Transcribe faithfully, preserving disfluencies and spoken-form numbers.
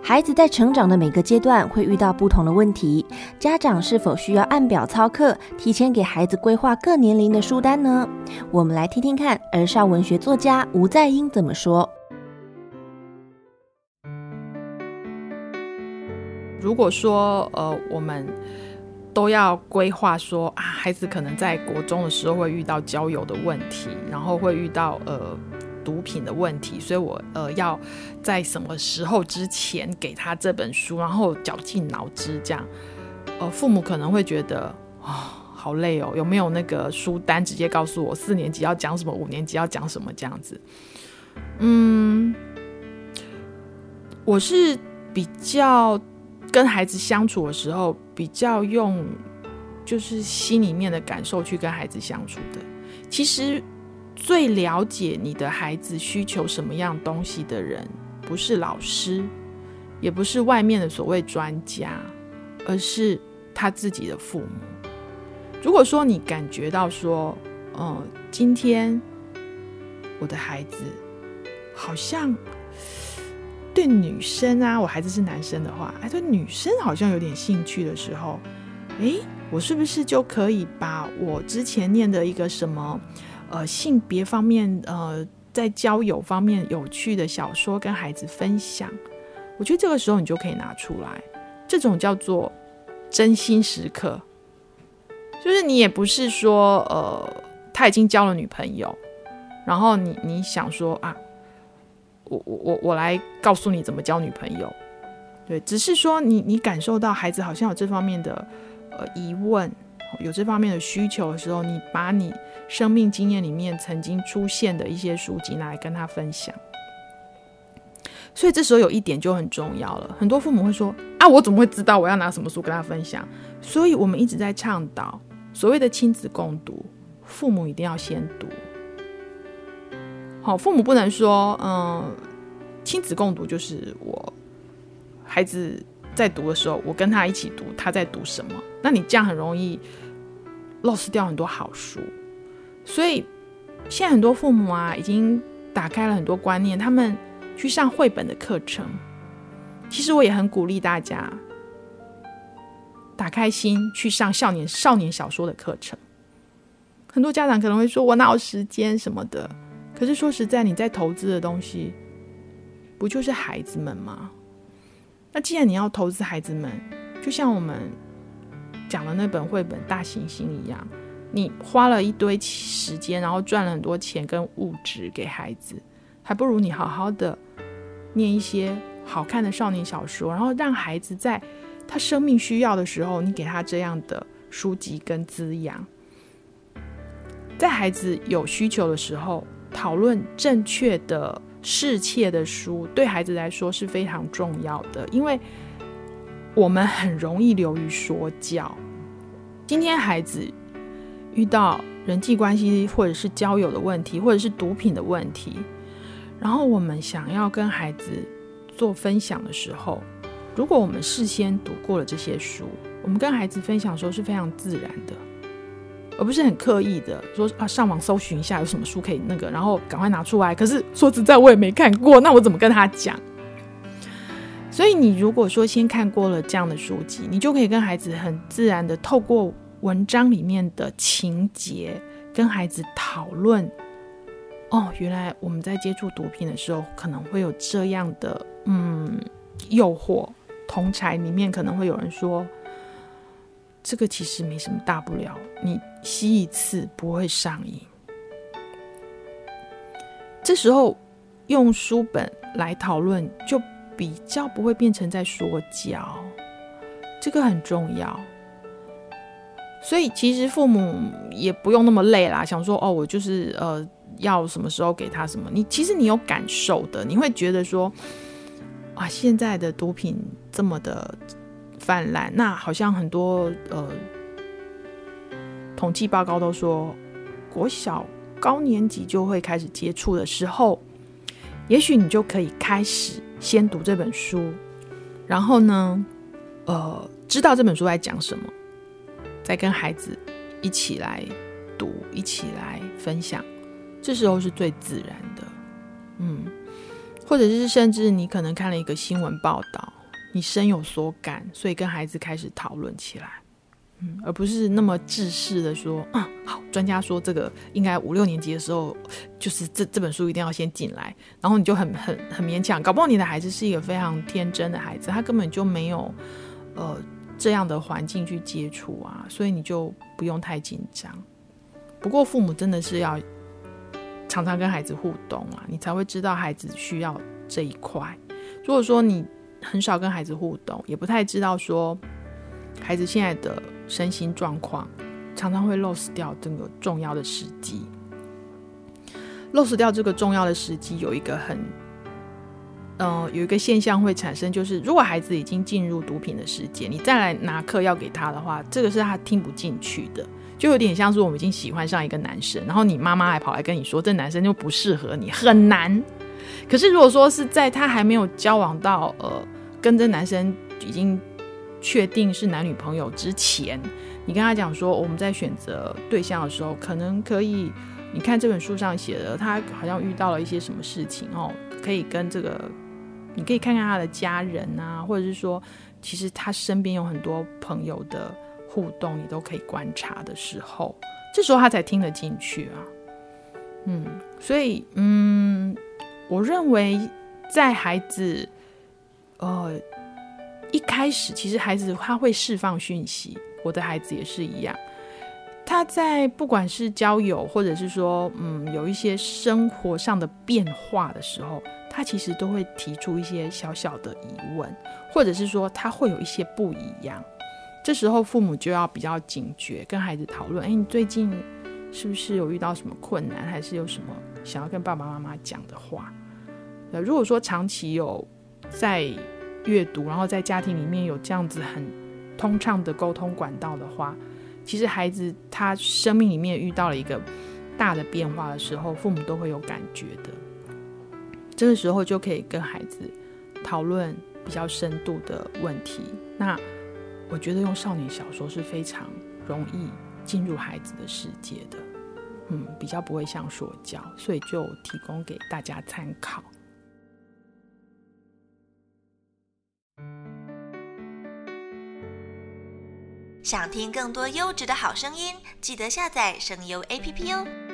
孩子在成长的每个阶段会遇到不同的问题，家长是否需要按表操课，提前给孩子规划各年龄的书单呢？我们来听听看儿少文学作家吴在英怎么说。 如果说呃我们都要规划说啊，孩子可能在国中的时候会遇到交友的问题，然后会遇到呃毒品的问题，所以我呃要在什么时候之前给他这本书，然后绞尽脑汁这样，呃父母可能会觉得啊、哦、好累哦，有没有那个书单直接告诉我四年级要讲什么，五年级要讲什么这样子。嗯，我是比较跟孩子相处的时候，比较用就是心里面的感受去跟孩子相处的。其实最了解你的孩子需求什么样东西的人，不是老师，也不是外面的所谓专家，而是他自己的父母。如果说你感觉到说，呃，今天我的孩子好像对女生啊，我孩子是男生的话，哎，对女生好像有点兴趣的时候，哎，我是不是就可以把我之前念的一个什么呃性别方面呃在交友方面有趣的小说跟孩子分享？我觉得这个时候你就可以拿出来，这种叫做真心时刻。就是你也不是说呃他已经交了女朋友，然后你你想说啊，我我我来告诉你怎么交女朋友，对，只是说你你感受到孩子好像有这方面的呃疑问，有这方面的需求的时候，你把你生命经验里面曾经出现的一些书籍拿来跟他分享。所以这时候有一点就很重要了，很多父母会说啊，我怎么会知道我要拿什么书跟他分享？所以我们一直在倡导所谓的亲子共读，父母一定要先读。好，父母不能说嗯，亲子共读就是我孩子在读的时候，我跟他一起读，他在读什么，那你这样很容易 lost 掉很多好书。所以现在很多父母啊，已经打开了很多观念，他们去上绘本的课程。其实我也很鼓励大家打开心去上少年少年小说的课程。很多家长可能会说我哪有时间什么的，可是说实在，你在投资的东西不就是孩子们吗？那既然你要投资孩子们，就像我们讲的那本绘本大猩猩一样，你花了一堆时间，然后赚了很多钱跟物质给孩子，还不如你好好的念一些好看的少年小说，然后让孩子在他生命需要的时候，你给他这样的书籍跟滋养。在孩子有需求的时候，讨论正确的适切的书对孩子来说是非常重要的，因为我们很容易流于说教。今天孩子遇到人际关系或者是交友的问题，或者是毒品的问题，然后我们想要跟孩子做分享的时候，如果我们事先读过了这些书，我们跟孩子分享的时候是非常自然的，而不是很刻意的说啊，上网搜寻一下有什么书可以那个，然后赶快拿出来。可是说实在我也没看过，那我怎么跟他讲？所以你如果说先看过了这样的书籍，你就可以跟孩子很自然的透过文章里面的情节跟孩子讨论，哦，原来我们在接触毒品的时候可能会有这样的嗯诱惑。同侪里面可能会有人说，这个其实没什么大不了，你吸一次不会上瘾。这时候用书本来讨论，就比较不会变成在说教，这个很重要。所以其实父母也不用那么累啦，想说哦，我就是呃要什么时候给他什么。你其实你有感受的，你会觉得说啊，现在的毒品这么的泛滥，那好像很多呃统计报告都说，国小高年级就会开始接触的时候，也许你就可以开始先读这本书，然后呢，呃，知道这本书在讲什么，再跟孩子一起来读，一起来分享，这时候是最自然的，嗯。或者是甚至你可能看了一个新闻报道， 你深有所感，所以跟孩子开始讨论起来，嗯，而不是那么制式的说，嗯，好，专家说这个应该五六年级的时候，就是这这本书一定要先进来，然后你就很很很勉强，搞不好你的孩子是一个非常天真的孩子，他根本就没有呃这样的环境去接触啊，所以你就不用太紧张。不过父母真的是要常常跟孩子互动啊，你才会知道孩子需要这一块。如果说你很少跟孩子互动，也不太知道说孩子现在的身心状况，常常会 lose 掉这个重要的时机。lose 掉这个重要的时机有一个很呃，有一个现象会产生，就是如果孩子已经进入毒品的世界，你再来拿课要给他的话，这个是他听不进去的，就有点像是我们已经喜欢上一个男生，然后你妈妈还跑来跟你说这男生就不适合你，很难。可是如果说是在他还没有交往到呃跟这男生已经确定是男女朋友之前，你跟他讲说我们在选择对象的时候可能可以，你看这本书上写的他好像遇到了一些什么事情哦，可以跟这个你可以看看他的家人啊，或者是说其实他身边有很多朋友的互动你都可以观察的时候，这时候他才听得进去啊。嗯，所以嗯，我认为在孩子呃一开始，其实孩子他会释放讯息，我的孩子也是一样，他在不管是交友或者是说嗯有一些生活上的变化的时候，他其实都会提出一些小小的疑问，或者是说他会有一些不一样，这时候父母就要比较警觉，跟孩子讨论，哎，你最近是不是有遇到什么困难，还是有什么想要跟爸爸妈妈讲的话。如果说长期有在阅读，然后在家庭里面有这样子很通畅的沟通管道的话，其实孩子他生命里面遇到了一个大的变化的时候，父母都会有感觉的，这个时候就可以跟孩子讨论比较深度的问题。那我觉得用少年小说是非常容易进入孩子的世界的，嗯，比较不会像说教，所以就提供给大家参考。 想听更多优质的好声音，记得下载声优 A P P 哦。